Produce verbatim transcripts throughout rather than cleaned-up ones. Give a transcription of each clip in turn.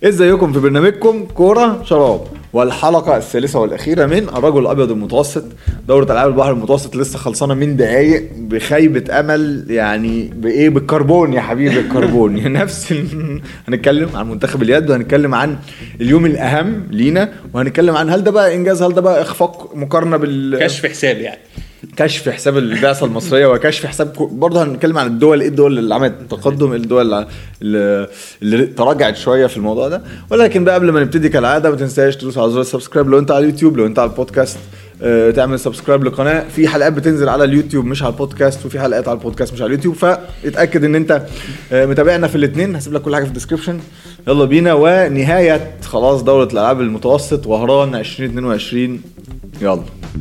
ازيكم في برنامجكم كورة شراب، والحلقة الثالثة والأخيرة من الرجل الأبيض المتوسط. دورة ألعاب البحر المتوسط لسه خلصانة من دقايق بخيبة أمل، يعني بإيه؟ بالكربون يا حبيبي، الكربون يعني نفس ال... هنتكلم عن منتخب اليد، وهنتكلم عن اليوم الأهم لينا، وهنتكلم عن هل ده بقى إنجاز، هل ده بقى إخفاق مقارنة بال كشف حساب، يعني كشف حساب البعثة المصرية وكشف حساب برضه. هنتكلم عن الدول، ايه الدول اللي عملت تقدم، الدول اللي, اللي تراجعت شوية في الموضوع ده. ولكن بقى قبل ما نبتدي كالعادة ما تنساش تدوس على زر السبسكرايب لو انت على اليوتيوب، لو انت على البودكاست اه تعمل سبسكرايب للقناة. في حلقات بتنزل على اليوتيوب مش على البودكاست، وفي حلقات على البودكاست مش على اليوتيوب، فاتأكد ان انت اه متابعنا في الاثنين. هسيب لك كل حاجة في الديسكريبشن. يلا بينا، ونهاية خلاص دورة الألعاب المتوسط وهران عشرين اتنين وعشرين. يلا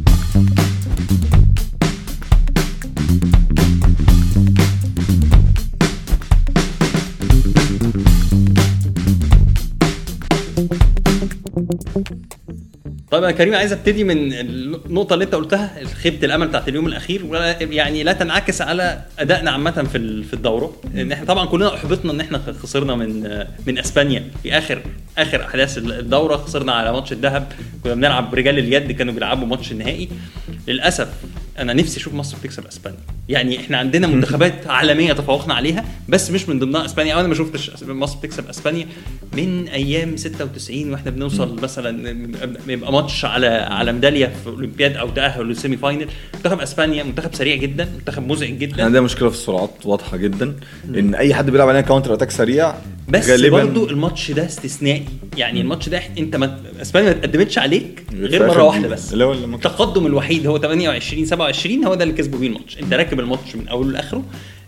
طيب يا كريم، عايز ابتدي من النقطه اللي انت قلتها، خيبه الامل بتاعت اليوم الاخير، يعني لا تنعكس على ادائنا عامه في في الدوره. ان احنا طبعا كلنا احبطنا ان احنا خسرنا من من اسبانيا في اخر اخر احداث الدوره. خسرنا على ماتش الذهب، كنا بنلعب رجال اليد كانوا بيلعبوا ماتش النهائي. للاسف انا نفسي اشوف مصر بتكسب اسبانيا. يعني احنا عندنا منتخبات عالميه تفوقنا عليها، بس مش من ضمنها اسبانيا. انا ما شفتش مصر بتكسب اسبانيا من ايام ستة وتسعين، واحنا بنوصل مثلا يبقى ماتش على على ميداليه في اولمبياد او تاهل للسيمي فاينل. منتخب اسبانيا منتخب سريع جدا، منتخب مزعج جدا. عندنا مشكله في السرعات واضحه جدا، ان اي حد بيلعب علينا كاونتر اتاك سريع. بس برضو الماتش ده استثنائي، يعني الماتش ده انت ما اسبانيا ما تقدمتش عليك غير مره واحده بس. التقدم الوحيد هو ثمانية وعشرين سبعة وعشرين، هو ده اللي كسبوا بيه الماتش. انت راكب الماتش من اوله لاخره.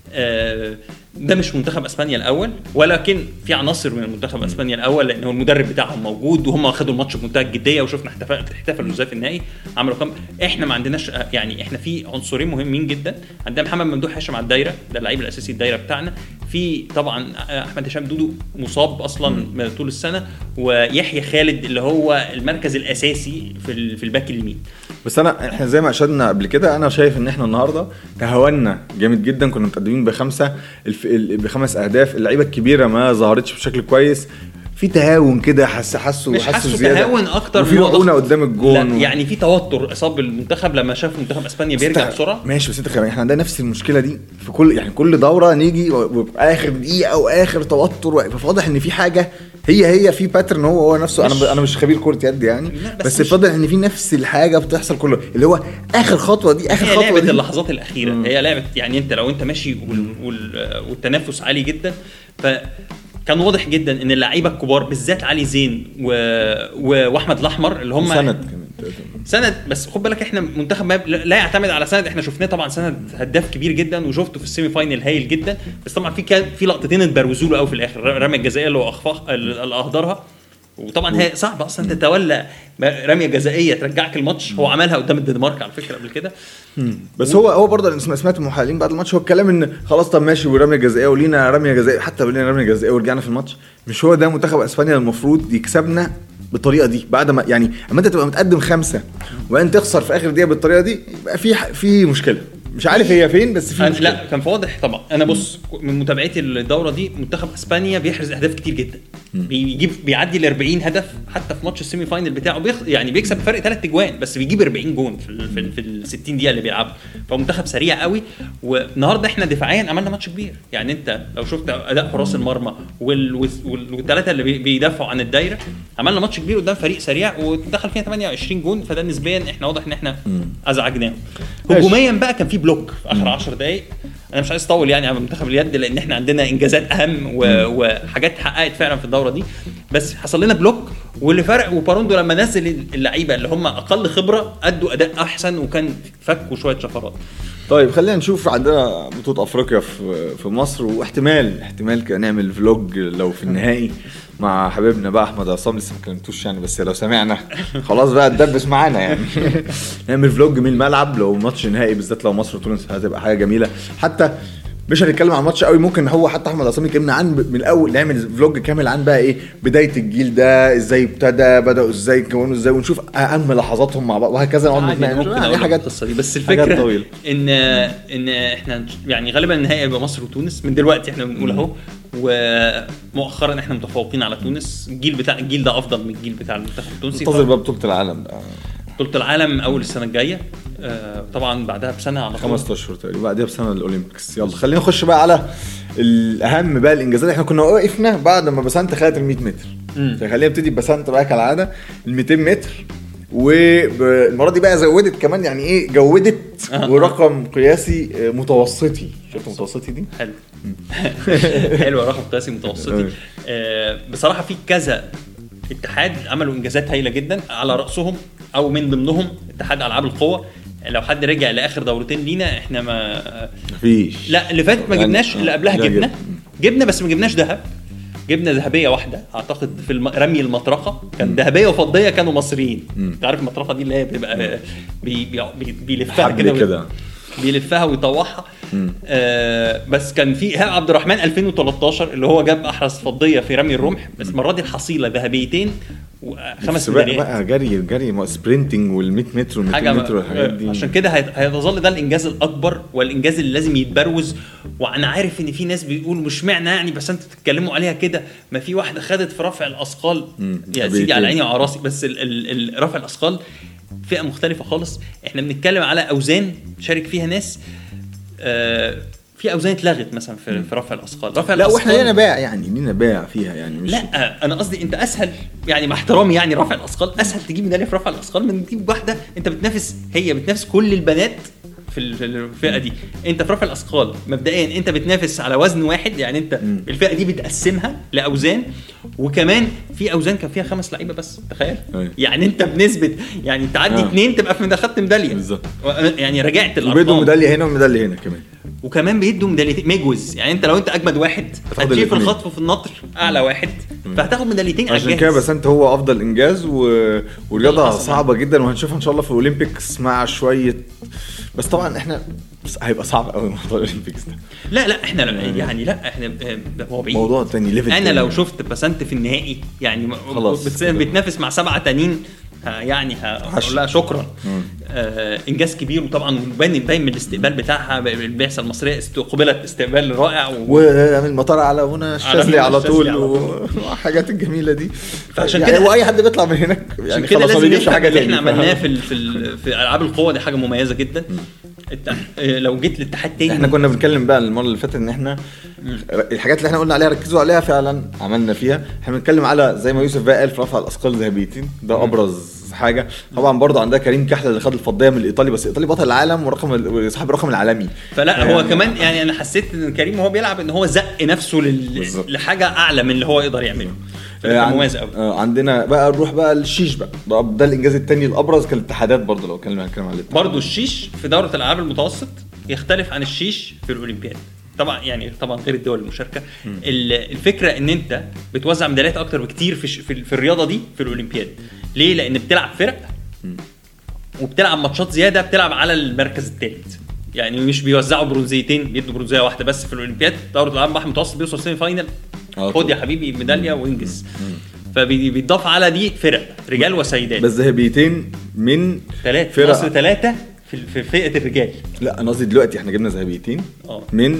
آه ده مش منتخب اسبانيا الاول، ولكن في عناصر من المنتخب اسبانيا الاول، لانه المدرب بتاعهم موجود وهم اخذوا الماتش بمنتهى الجديه، وشفنا احتفلوا ازاي في النهائي، عملوا كام. احنا ما عندناش، يعني احنا في عنصرين مهمين جدا. عندنا محمد ممدوح هاشم على الدايره، ده اللعيب الاساسي الدايره بتاعنا. في طبعا احمد هشام دودو مصاب اصلا طول السنه، ويحيى خالد اللي هو المركز الاساسي في في الباك اليمين. بس انا احنا زي ما اشدنا قبل كده، انا شايف ان احنا النهارده تهاونا جامد جدا. كنا متقدمين بخمسه الف... بخمس اهداف، اللعيبه الكبيره ما ظهرتش بشكل كويس. في تهاون كده، حس حسوا حسوا تهاون اكتر من رؤونه قدام الجون. يعني في توتر اصاب المنتخب لما شاف منتخب اسبانيا بيرجع بسرعه. ماشي، بس انت كمان احنا عندنا نفس المشكله دي في كل يعني كل دوره نيجي اخر دقيقه او اخر توتر، فواضح ان في حاجه هي هي في باترن هو هو نفسه. انا انا مش خبير كره يد يعني، بس الفضل ان في نفس الحاجه بتحصل كله، اللي هو اخر خطوه دي اخر خطوه لعبة دي اللحظات الاخيره. مم. هي لعبه، يعني انت لو انت ماشي والتنافس عالي جدا، ف كان واضح جدا ان اللعيبه الكبار بالذات علي زين و... و... واحمد الاحمر اللي هم سند سند. بس خد بالك احنا منتخب لا يعتمد على سند. احنا شفناه طبعا سند هداف كبير جدا، وشفته في السيمي فاينل هايل جدا. بس طبعا في كان في لقطتين اتبروزوا له قوي في الاخر، رمي الجزائيه اللي هو اخفاق اللي اهدرها. وطبعا هي صعبه اصلا تتولى رميه جزائيه ترجعك الماتش. هو عملها قدام الدنمارك على فكره قبل كده. بس هو هو برضه سمعت المحللين بعد الماتش هو الكلام ان خلاص طب ماشي ورميه جزائيه ولينا رميه جزائيه، حتى لينا رميه جزائيه ورجعنا في الماتش. مش هو ده منتخب اسبانيا المفروض يكسبنا بالطريقه دي؟ بعد ما يعني اما انت تبقى متقدم خمسة وانت تخسر في اخر دقيقه بالطريقه دي، يبقى في في مشكله. مش عارف هي فين، بس في مشكله. لا كان واضح طبعا. انا بص، من متابعتي الدوره دي منتخب اسبانيا بيحرز اهداف كتير جدا، بيجيب بيعدي ال أربعين هدف. حتى في ماتش السيمي فاينل بتاعه بيخ... يعني بيكسب فرق ثلاث اجوان، بس بيجيب أربعين جون في في, في ال ستين دقيقه اللي بيلعبها. فمنتخب سريع قوي. والنهارده احنا دفاعيا عملنا ماتش كبير. يعني انت لو شفت اداء حراس المرمى وال... والثلاثه اللي بيدافعوا عن الدايره، عملنا ماتش كبير قدام فريق سريع ودخل فينا ثمانية وعشرين جون. فده نسبيا احنا واضح ان احنا ازعجناهم. هجوميا بقى كان في بلوك في اخر عشر دقايق. انا مش عايز اطول يعني على منتخب اليد، لان احنا عندنا انجازات اهم وحاجات حققت فعلا في الدوره دي. بس حصل لنا بلوك، واللي فرق وباروندو لما نزل اللعيبه اللي هم اقل خبره ادوا اداء احسن، وكان فكوا شويه شفرات. طيب خلينا نشوف. عندنا بطوله افريقيا في في مصر، واحتمال احتمال كان نعمل فلوج لو في النهائي مع حبيبنا بقى احمد عصام. لسه ما كلمتوش يعني، بس لو سمعنا خلاص بقى تدبس معانا يعني. نعمل فلوج من الملعب لو ماتش نهائي، بالذات لو مصر وتونس، هتبقى حاجه جميله. حتى مش هنتكلم عن الماتش قوي. ممكن هو حتى احمد عصام يكلمنا عن من الاول، نعمل فلوج كامل عن بقى ايه بدايه الجيل ده، ازاي ابتدى، بداوا ازاي، كونوا ازاي، ونشوف اهم لحظاتهم مع بعض وهكذا. نقعد نتناقش يعني حاجات القصه دي. بس الفكره ان ان احنا يعني غالبا النهائي هيبقى مصر وتونس من دلوقتي احنا بنقول اهو، ومؤخرا احنا متفوقين على تونس. الجيل بتاع الجيل ده افضل من الجيل بتاع المنتخب التونسي. انتظر بقى بطوله العالم بقى. بطوله العالم اول السنه الجايه آه طبعا، بعدها بسنه على خمسة اشهر تقريبا، بعدها بسنه الاولمبيكس. يلا خلينا نخش بقى على الاهم بقى، الانجازات. احنا كنا وقفنا بعد ما بسنت خدت ال مية متر، فخلينا نبتدي بسنت بقى كالعاده ال ميتين متر، والمره دي بقى زودت كمان يعني ايه جودت آه. ورقم قياسي متوسطي. شفت متوسطي دي حلو حلو رقم قياسي متوسطي. آه بصراحه في كذا اتحاد عملوا انجازات هايله جدا، على راسهم او من ضمنهم اتحاد العاب القوه. لو حد رجع لاخر دورتين لينا احنا ما مفيش، لا اللي فاتت ما جبناش، اللي قبلها جبنا جبنا بس ما جبناش ذهب. جبنا ذهبيه واحده اعتقد في رمي المطرقه، كان ذهبيه وفضيه كانوا مصريين. انت عارف المطرقه دي اللي هي بتبقى بي بي بيلفها كده بيلفها ويطوحها. آه بس كان في ايهاب عبد الرحمن ألفين وتلتاشر اللي هو جاب احرز فضيه في رمي الرمح، بس المره دي الحصيله ذهبيتين وخمس ميداليات بقى. جري جري سبرينتنج وال100 متر وال200 متر والحاجات دي. عشان كده هيظل ده الانجاز الاكبر والانجاز اللي لازم يتبروز. وانا عارف ان في ناس بيقولوا مش معنى يعني، بس انتوا تتكلموا عليها كده. ما في واحده خدت في رفع الاثقال يا سيدي على عيني وعلى راسي، بس ال ال رفع الاثقال فئه مختلفه خالص. احنا بنتكلم على اوزان شارك فيها ناس آه في اوزان اتلغت مثلا في, في رفع الاثقال. رفع لا واحنا لينا باع يعني لينا باع فيها يعني مش لا انا قصدي انت اسهل يعني مع احترامي يعني رفع الاثقال اسهل تجيب ميداليه في رفع الاثقال من تجيب واحده انت بتنافس، هي بتنافس كل البنات في الفئه دي. انت في رفع الاثقال مبدئيا انت بتنافس على وزن واحد، يعني انت م. الفئه دي بتقسمها لاوزان، وكمان في اوزان كان فيها خمس لعيبه بس. تخيل أي. يعني انت بنسبه يعني تعدي اثنين آه. تبقى في اخدت ميداليه بالظبط. يعني رجعت الارقام، بيدوا ميداليه هنا وميداليه هنا كمان، وكمان بيدوا ميداليتين ميجوز. يعني انت لو انت اجمد واحد هتجيب في الخطف وفي النطر اعلى واحد فهتاخد ميداليتين. عشان كده بس انت هو افضل انجاز و... ورياضه صعبه جدا، وهنشوفها ان شاء الله في الاولمبيكس مع شويه. بس طبعا احنا هيبقى صعب قوي موضوع الاولمبيكس ده. لا لا احنا يعني لا احنا هو بعيد موضوع تاني ليفل. انا تاني. لو شفت بسنت في النهائي يعني بتنافس مع سبعة تانيين يعني هقول لها شكرا. آه انجاز كبير، وطبعا باين باين من الاستقبال بتاعها. البعثه المصريه استقبلت استقبال رائع، ومن المطار على منى الشاذلي على طول والحاجات الجميله دي. فعشان يعني كده واي حد بيطلع من هناك يعني خلاص ما بيجيبش حاجه اللي احنا عملناه في في في العاب القوه دي حاجه مميزه جدا. لو جيت للاتحاد تاني احنا كنا بنتكلم بقى المره اللي فاتت ان احنا الحاجات اللي احنا قلنا عليها ركزوا عليها فعلا عملنا فيها. احنا بنتكلم على زي ما يوسف بقى قال في رفع الاثقال ذهبيتين، ده ابرز حاجه. طبعا برضو عندها كريم كحله اللي خد الفضيه من الايطالي، بس الايطالي بطل العالم ورقم صاحب الرقم العالمي. فلا يعني هو كمان يعني انا حسيت ان كريم وهو بيلعب ان هو زق نفسه لل... لحاجه اعلى من اللي هو يقدر يعمله. آه مميز قوي. آه عندنا بقى نروح بقى للشيش بقى، ده الانجاز الثاني الابرز كالاتحادات. برضو لو كنا هنتكلم على برضو الشيش في دوره الالعاب المتوسط يختلف عن الشيش في الاولمبياد طبعا، يعني طبعا غير الدول المشاركه. الفكره ان انت بتوزع ميداليات اكتر بكتير في في, في الرياضه دي في الاولمبياد. ليه؟ لان بتلعب فرق وبتلعب ماتشات زياده، بتلعب على المركز الثالث. يعني مش بيوزعوا برونزيتين، بيدوا برونزيه واحده بس في الاولمبياد. دوره الالعاب البحر المتوسط بيوصل سيمي فاينل، خد يا حبيبي ميداليه وانجز. فبيضاف على دي فرق رجال وسيدات، بس ذهبيتين من ثلاثه مصر ثلاثه في في فئه الرجال. لا انا قصدي دلوقتي احنا جبنا ذهبيتين من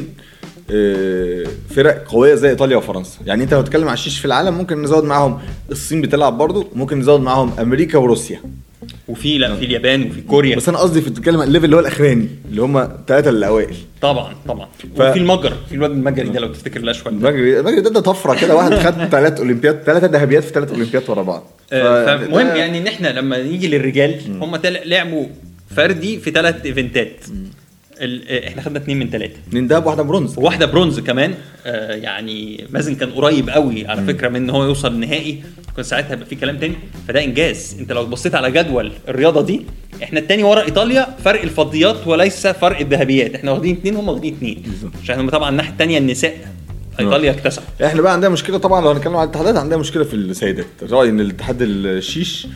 فرق قويه زي ايطاليا وفرنسا. يعني انت لو تتكلم على الشيش في العالم ممكن نزود معاهم الصين بتلعب برضو، ممكن نزود معاهم امريكا وروسيا، وفي لا في اليابان وفي كوريا. بس انا قصدي في تتكلم عن الليفل اللي هو الاخراني اللي هم ثلاثه الاوائل. طبعا طبعا ف... وفي المجر، في الواد المجري ده لو تفتكر لا شويه المجري المجري ده, ده طفره كده. واحد خد ثلاث اولمبياد ثلاثه ذهبيات في ثلاث اولمبياد ورا بعض. ف... فمهم ده... يعني ان احنا لما نيجي للرجال هم لعبوا فردي في ثلاث ايفنتات. احنا خدنا اثنين من ثلاثه، اثنين دهب واحده برونز وواحده برونز كمان. آه يعني مازن كان قريب قوي على فكره من ان هو يوصل النهائي، كان ساعتها هيبقى في كلام تاني. فده انجاز. انت لو بصيت على جدول الرياضه دي احنا الثاني ورا ايطاليا فرق الفضيات وليس فرق الذهبيات. احنا واخدين اثنين هم واخدين اثنين، عشان طبعا الناحيه الثانيه النساء ايطاليا اكتسح. احنا بقى عندنا مشكله طبعا لو هنتكلم على الاتحادات، عندنا مشكله في السيدات. رايي ان الاتحاد الشيش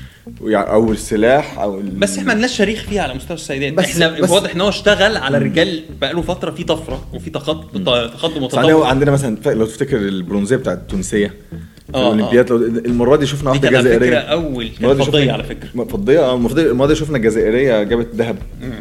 او السلاح او ال... بس احنا مالناش شريك فيها على مستوى السيدات. بس احنا بس واضح ان هو اشتغل على الرجال بقى له فتره في طفره وفي تقدم تقدم وتطور. عندنا مثلا لو تفتكر البرونزيه بتاعه التونسيه في آه الاولمبياد، المره دي شفنا واحده جزائريه اول كانت فضيه على فكره فضيه اه المره دي شفنا الجزائريه جابت ذهب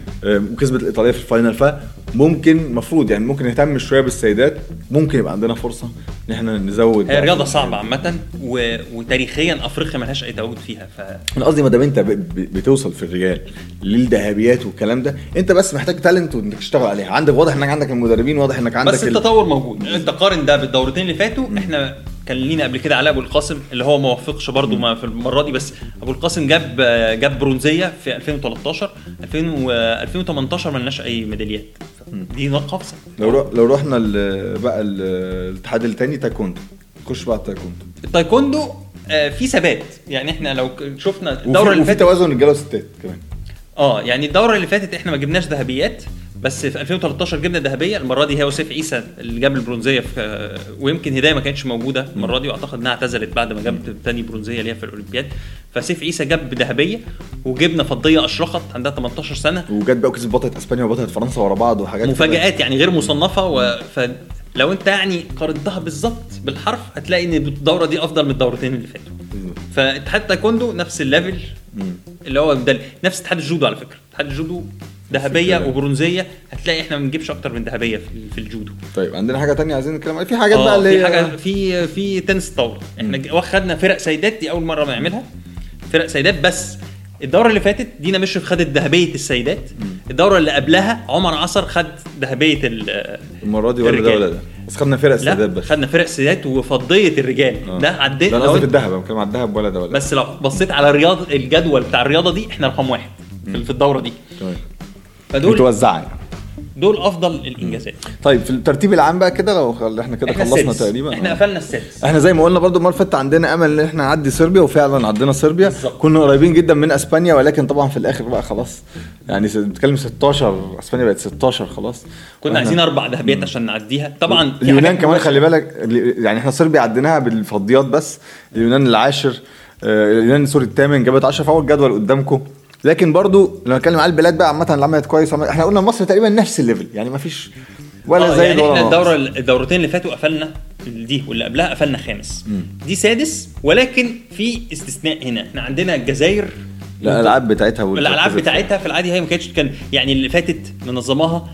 وكسبت الايطاليه في الفاينل. فممكن مفروض يعني ممكن نهتم شويه بالسيدات، ممكن يبقى عندنا فرصه ان احنا نزود. هي رياضه صعبه عامه و... وتاريخيا افريقيا ملهاش اي تواجد فيها. ف انا قصدي ما دام انت ب... ب... بتوصل في الرجال للذهبيات والكلام ده، انت بس محتاج تالنت وانك تشتغل عليها. عندك واضح انك عندك المدربين، واضح انك عندك بس ال... التطور موجود. انت قارن ده بالدورتين اللي فاتوا. م. احنا كان لينا قبل كده علاء ابو القاسم اللي هو ما وفقش برضو ما في المره دي، بس ابو القاسم جاب جاب برونزيه في ألفين وتلتاشر. ألفين وتمنتاشر ما لناش اي ميداليات. دي نقص. لو رو... لو رحنا ال... بقى الاتحاد الثاني تايكوندو، نخش بقى التايكوندو. التايكوندو آه في ثبات يعني. احنا لو شفنا الدوره اللي فاتت في توازن رجاله وستات كمان. اه يعني الدوره اللي فاتت احنا ما جبناش ذهبيات، بس في ألفين وتلتاشر جبنا ذهبيه. المره دي هي وسيف عيسى اللي جاب البرونزيه في، ويمكن هدايه ما كانتش موجوده المره دي، واعتقد انها اعتزلت بعد ما جابت ثاني برونزيه ليها في الاولمبياد. فسيف عيسى جاب ذهبيه، وجبنا فضيه اشرقت عندها تمنتاشر سنه، وجت بقى وكسبت بطله اسبانيا وبطله فرنسا ورا بعض وحاجات مفاجآت يعني غير مصنفه. و... فلو انت يعني قارنتها بالظبط بالحرف هتلاقي ان الدوره دي افضل من الدورتين اللي فاتوا. فاتحاد تايكوندو نفس الليفل اللي هو ده نفس اتحاد الجودو على فكره. اتحاد الجودو ذهبيه وبرونزيه، هتلاقي احنا ما بنجيبش اكتر من ذهبيه في الجودو. طيب عندنا حاجه تانية عايزين نتكلم في حاجات بقى اللي في حاجه في في تنس طاوله. احنا واخدنا فرق سيدات، دي اول مره بنعملها فرق سيدات. بس الدوره اللي فاتت دينا مشرف خدت ذهبيه السيدات. الدوره اللي قبلها عمر عصر خد ذهبيه المره دي ولا ده ولا ده، بس خدنا فرق السيدات بس. خدنا فرق السيدات وفضيه الرجال. آه. ده عديت ده قصدي في الذهب، انا بتكلم على الذهب ولا ده ولا بس لو بصيت على الرياض الجدول بتاع الرياضه دي احنا رقم واحد مم. في الدوره دي. طيب فدول متوزعين، دول افضل الانجازات. طيب في الترتيب العام بقى كده لو احنا كده خلصنا تقريبا. احنا قفلنا السادس. احنا زي ما قلنا برضو المره اللي فاتت عندنا امل ان احنا نعدي صربيا، وفعلا عدينا صربيا. بالزبط. كنا قريبين جدا من اسبانيا، ولكن طبعا في الاخر بقى خلاص يعني بنتكلم ستاشر، اسبانيا بقت ستاشر خلاص. كنا عايزين اربع ذهبيات عشان نعديها. طبعا اليونان كمان خلي بالك، يعني احنا صربيا عديناها بالفضيات بس. اليونان العاشر، اليونان سوري الثامن جابت عشرة في اول جدول قدامكم. لكن برضو لو نتكلم على البلاد بقى عامه اللي عملت كويس، احنا قلنا مصر تقريبا نفس الليفل يعني ما فيش ولا زي يعني احنا الدوره الدورتين اللي فاتوا قفلنا دي واللي قبلها قفلنا خامس. م. دي سادس، ولكن في استثناء هنا. احنا عندنا الجزائر الالعاب بتاعتها والالعاب بتاعتها في العادي هي ما كانتش كان يعني اللي فاتت منظماها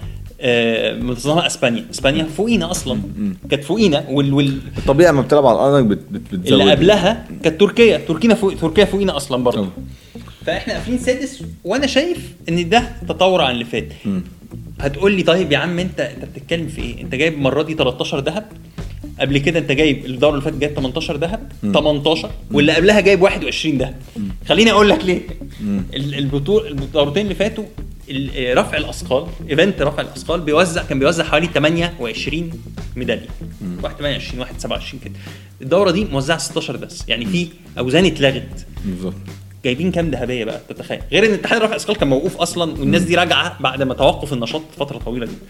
آه منظمها اسبانيا. اسبانيا فوقينا اصلا، كانت فوقينا وال, وال... الطبيعه ما بتلعب على الارض بت... بتزود. اللي قبلها كانت تركيا تركيا فوق تركيا فوقينا اصلا برضه. فاحنا قافلين سادس، وانا شايف ان ده تطور عن اللي فات. هتقول لي طيب يا عم انت انت بتتكلم في ايه؟ انت جايب المره دي تلتاشر ذهب، قبل كده انت جايب الدوره اللي فاتت جايب تمنتاشر ذهب، تمنتاشر، واللي قبلها جايب واحد وعشرين ذهب. خليني اقول لك ليه. البطوله الدورتين اللي فاتوا رفع الاثقال، ايفنت رفع الاثقال بيوزع كان بيوزع حوالي تمنية وعشرين ميداليه، واحد تمنية وعشرين واحد سبعة وعشرين كده. الدوره دي موزعه ستاشر بس، يعني في اوزان اتلغت. بالظبط. جايبين كام ذهبيه بقى تتخيل؟ غير ان اتحاد رفع الاثقال كان موقوف اصلا، والناس دي راجعه بعد ما توقف النشاط فتره طويله جدا.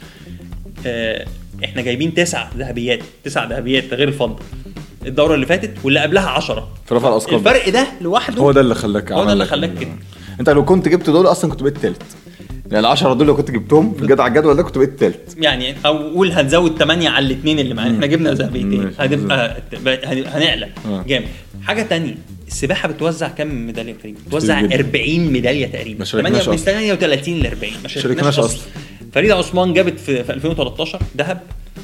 اه احنا جايبين تسع ذهبيات، تسع ذهبيات غير الفضه الدوره اللي فاتت، واللي قبلها عشرة في رفع الاثقال. الفرق ده لوحده هو ده اللي خلاك هو ده اللي خلاك كده. انت لو كنت جبت دول اصلا كنت بقيت ثالث، يعني العشرة دول لو كنت جبتهم في الجدع الجدول ده كنت بقيت ثالث. يعني او قول هنزود ثمانية على الاثنين اللي معانا، احنا جبنا ذهبيتين هنبقى هنعلى جامد. حاجه تانية، السباحه بتوزع كام ميداليه يا كريم؟ بتوزع أربعين ميداليه تقريبا، ثمانية وثلاثين ل أربعين. ما شاركناش اصلا. فريده عثمان جابت في ألفين وتلتاشر ذهب،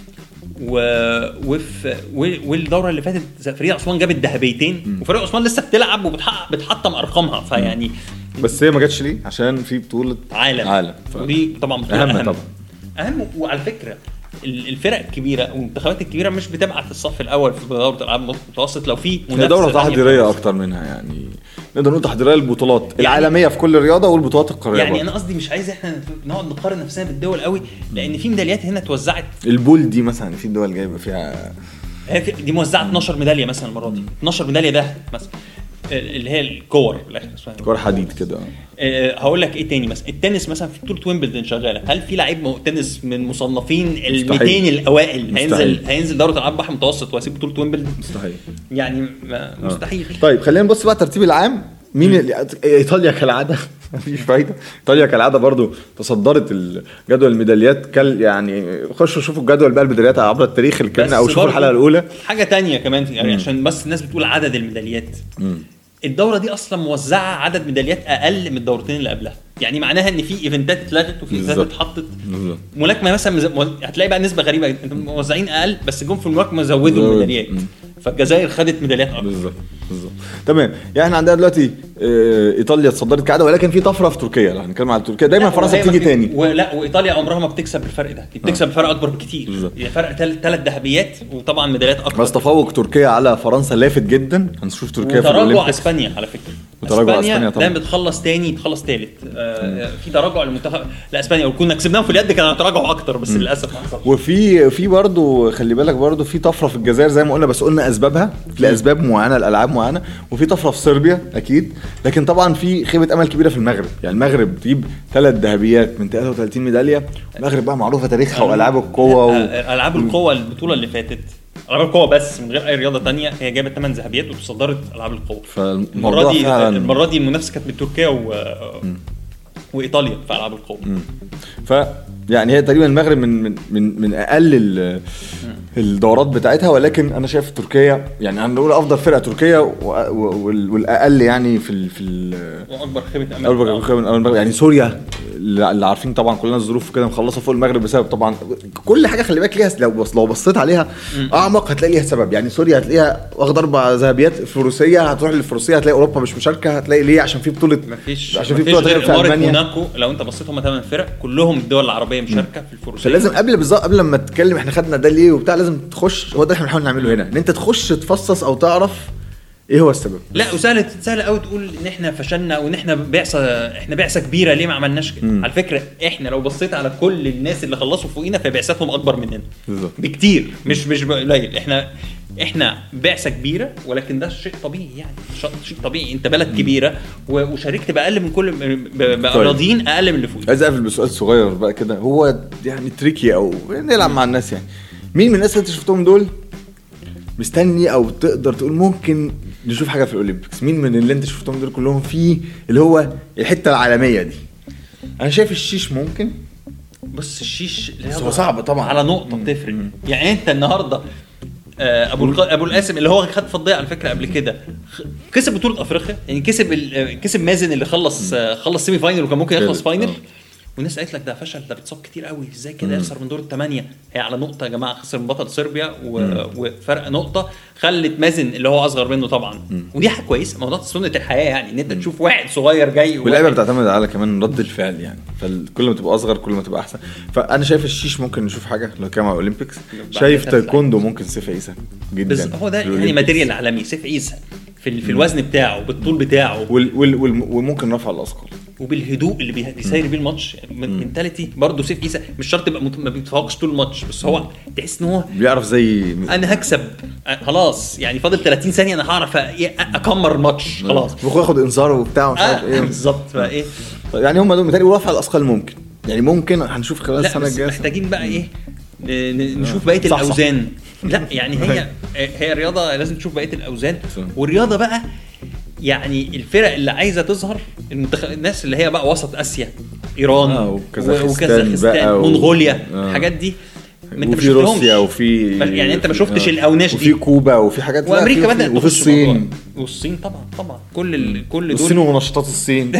و وفي والدوره اللي فاتت فريده عثمان جابت ذهبيتين، وفريده عثمان لسه بتلعب وبتحقق بتحطم ارقامها. فيعني بس هي ما جاتش ليه؟ عشان في بطوله عالم, عالم. ف... ودي طبعا بطوله اهم, أهم. طبعا اهم. وعلى فكره الفرق الكبيره والمنتخبات الكبيره مش بتبعت الصف الاول في دوره الالعاب المتوسط لو في منافسه. دوره تحضيريه اكتر منها، يعني نقدر نقول تحضيريه البطولات يعني العالميه في كل رياضه والبطولات القاريه. يعني برضه. انا قصدي مش عايز احنا نقعد نقارن نفسنا بالدول قوي، لان في ميداليات هنا اتوزعت. البول دي مثلا في دول جايبه فيها دي موزعه اتناشر ميداليه مثلا المره دي، اتناشر ميداليه ده مثلا. اللي هي الكور كور حديد كده. أه هقول لك ايه تاني مثلا التنس مثلا في بطوله ويمبلدون شغاله. هل في لعيب تنس من مصنفين ال مئتين الاوائل هينزل هينزل دوره العاب بحر متوسط ويسيب بطوله ويمبلدون؟ مستحيل يعني مستحيل. طيب خلينا نبص بقى الترتيب العام. مين اللي... ايطاليا كالعاده مفيش فايده. ايطاليا كالعاده برضو تصدرت جدول الميداليات كل يعني خشوا شوفوا الجدول بقى الميداليات عبر التاريخ الكامل او شوفوا الحلقه الاولى. حاجه تانية كمان يعني عشان بس الناس بتقول عدد الميداليات. مم. الدوره دي اصلا موزعه عدد ميداليات اقل من الدورتين اللي قبلها. يعني معناها ان في ايفنتات اتلغت وفي ايفنتات اتحطت. ملاكمه مثلا مز... هتلاقي بقى نسبه غريبه انتوا موزعين اقل بس جم في الملاكمه زودوا الميداليات. فالجزائر خدت ميداليات اكتر. بالظبط بالظبط تمام. يعني احنا عندنا دلوقتي ايطاليا اتصدرت كعاده ولكن في طفره في تركيا. لو هنتكلم على تركيا دايما فرنسا بتيجي تاني ولا وايطاليا عمرها ما بتكسب بالفرق ده. بتكسب بفرق اكبر بكتير. يعني فرق ثلاث ذهبيات وطبعا ميداليات اكتر. بس تفوق تركيا على فرنسا لافت جدا. هنشوف تركيا في تراجع اسبانيا على فكره. وتراجع اسبانيا طبعا دايما بتخلص تاني تخلص ثالث. آه في تراجع للمنتخب لاسبانيا وكنا كسبناهم في اليد كان تراجع اكتر بس م. للاسف ما حصلش. وفي في برضه خلي بالك برضه في طفره في الجزائر زي ما قلنا بس قلنا اسبابها لاسباب معينه الالعاب معينه. وفي طفره في صربيا اكيد. لكن طبعا في خيبه امل كبيره في المغرب. يعني المغرب تجيب ثلاث ذهبيات من ثلاثة وثلاثين ميداليه. المغرب بقى معروفه تاريخها والعاب القوه و... العاب القوه البطوله اللي فاتت العاب القوه بس من غير اي رياضه تانية هي جابت ثمان ذهبيات وتصدرت العاب القوه. فالمره دي فعلا... المره دي المنافسه كانت من تركيا و... وايطاليا في العاب القوه. ف يعني هي تقريبا المغرب من من من, من اقل الدورات بتاعتها ولكن انا شايف تركيا يعني هنقول افضل فرقه تركيا والاقل يعني في ال في ال واكبر خيبه امل اكبر خيبه امل يعني سوريا اللي عارفين طبعا كلنا الظروف كده مخلصه فوق المغرب بسبب طبعا كل حاجه خلي بالك ليها لو لو بصيت عليها اعمق هتلاقي ليها سبب. يعني سوريا هتلاقيها واخد اربع ذهبيات. فروسيه هتروح للفروسيه هتلاقي اوروبا مش مشاركه. هتلاقي ليه عشان في بطوله مفيش عشان في بطوله غير في المانيا. موناكو لو انت بصيت هم ثمان فرق كلهم الدول العربيه مشاركه في الفروسيه. فلازم قبل بالظبط قبل ما تتكلم احنا خدنا ده ليه وبتاع لازم تخش هو ده احنا بنحاول نعمله هنا ان انت تخش تفصص او تعرف ايه هو السبب. لا وسهل سهل قوي تقول ان احنا فشلنا وان احنا بعثه احنا بعثه كبيره ليه ما عملناش كده. على فكره احنا لو بصيت على كل الناس اللي خلصوا فوقينا فبعثتهم اكبر مننا بالظبط بكتير. مش مش قليل. احنا احنا بعثه كبيره ولكن ده شيء طبيعي. يعني شيء طبيعي انت بلد كبيره وشاركت باقل من كل باراضين اقل من اللي فوق. عايز اقفل بسؤال صغير بقى كده هو يعني تريكي او نلعب مع الناس. يعني مين من الناس اللي انت شفتهم دول مستني او تقدر تقول ممكن نشوف حاجه في الاولمبيكس؟ مين من اللي انت شفتهم دول كلهم في اللي هو الحته العالميه دي؟ انا شايف الشيش ممكن. بص الشيش هو صعب طبعا على نقطه بتفرق. يعني انت النهارده ابو ابو القاسم اللي هو خد فضيه على فكره قبل كده كسب بطوله افريقيا. يعني كسب كسب مازن اللي خلص خلص سيمي فاينل وكان ممكن يخلص فاينل. والناس قالت لك ده فشل ده بيتصاب كتير قوي ازاي كده يخسر من دور الثمانيه. هي على نقطه يا جماعه خسر من بطل صربيا و... وفرق نقطه خلت مازن اللي هو اصغر منه طبعا. مم. ودي حاجه كويسه موضوع سنه الحياه يعني ان انت مم. تشوف واحد صغير جاي واللعبه بتعتمد على كمان رد الفعل. يعني فكل ما تبقى اصغر كل ما تبقى احسن. فانا شايف الشيش ممكن نشوف حاجه لو كان مع اولمبيكس. شايف تايكوندو ممكن سيف عيسى جدا. هو ده يعني ماتيريال عالمي سيف عيسى في في الوزن بتاعه بالطول بتاعه وال... وال... وال... وممكن رفع الاثقال وبالهدوء اللي بيسير بيه الماتش. منتاليتي برضه سيف عيسى مش شرط يبقى ما بيتفوقش طول الماتش بس هو تحس ان هو بيعرف زي انا هكسب خلاص. يعني فاضل ثلاثين ثانيه انا هعرف اكمر الماتش خلاص باخد انذار وبتاع ومش عارف ايه بالظبط. فايه يعني هم دول متهيألي رفع الاثقال ممكن يعني ممكن هنشوف خلال السنه الجايه. محتاجين بقى ايه نشوف بقيه الاوزان. لا يعني هي هي رياضه لازم تشوف بقيه الاوزان. والرياضه بقى يعني الفرق اللي عايزه تظهر المنتخب الناس اللي هي بقى وسط اسيا ايران آه وكازاخستان آه منغوليا آه الحاجات دي وفي روسيا وفي يعني انت ما شفتش آه الاوناش دي وفي كوبا وفي حاجات وامريكا بدات وفي الصين والصين طبعا طبعا كل ال... كل دول الصين ومنشطات الصين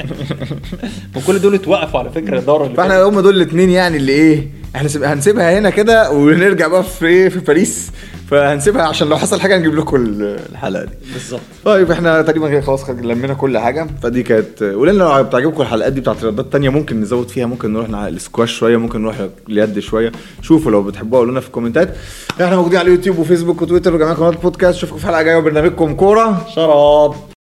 وكل دول اتوقفوا على فكره الدوره اللي فاحنا هم دول الاثنين يعني اللي ايه احنا هنسيبها هنا كده ونرجع بقى في في باريس. فهنسيبها عشان لو حصل حاجه نجيب لكم الحلقه دي بالظبط. طيب احنا تقريبا خلاص لمينا كل حاجه. فدي كانت قولنا لو بتعجبكم الحلقات دي بتاعت رياضات تانية ممكن نزود فيها. ممكن نروح على السكواش شويه ممكن نروح اليد شويه. شوفوا لو بتحبوها قولوا لنا في الكومنتات. احنا موجودين على اليوتيوب وفيسبوك وتويتر وجميع قنوات البودكاست. اشوفكم في الحلقه الجايه وبرنامجكم كوره شراب.